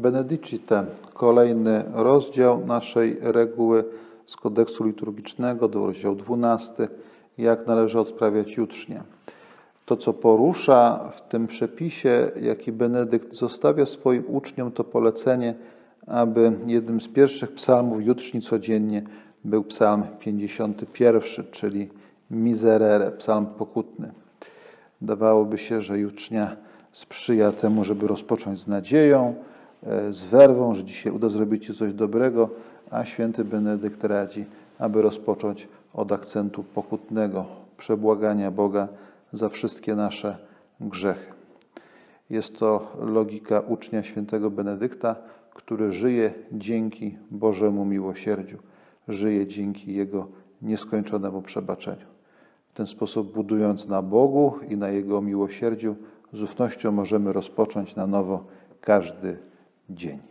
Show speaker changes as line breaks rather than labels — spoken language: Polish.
Benedicite, kolejny rozdział naszej reguły z kodeksu liturgicznego, to rozdział 12, jak należy odprawiać jutrznie. To, co porusza w tym przepisie, jaki Benedykt zostawia swoim uczniom, to polecenie, aby jednym z pierwszych psalmów jutrzni codziennie był psalm 51, czyli Miserere, psalm pokutny. Dawałoby się, że jutrznia sprzyja temu, żeby rozpocząć z nadzieją, z werwą, że dzisiaj uda zrobić Ci coś dobrego, a święty Benedykt radzi, aby rozpocząć od akcentu pokutnego, przebłagania Boga za wszystkie nasze grzechy. Jest to logika ucznia świętego Benedykta, który żyje dzięki Bożemu miłosierdziu, żyje dzięki Jego nieskończonemu przebaczeniu. W ten sposób, budując na Bogu i na Jego miłosierdziu, z ufnością możemy rozpocząć na nowo każdy dzień.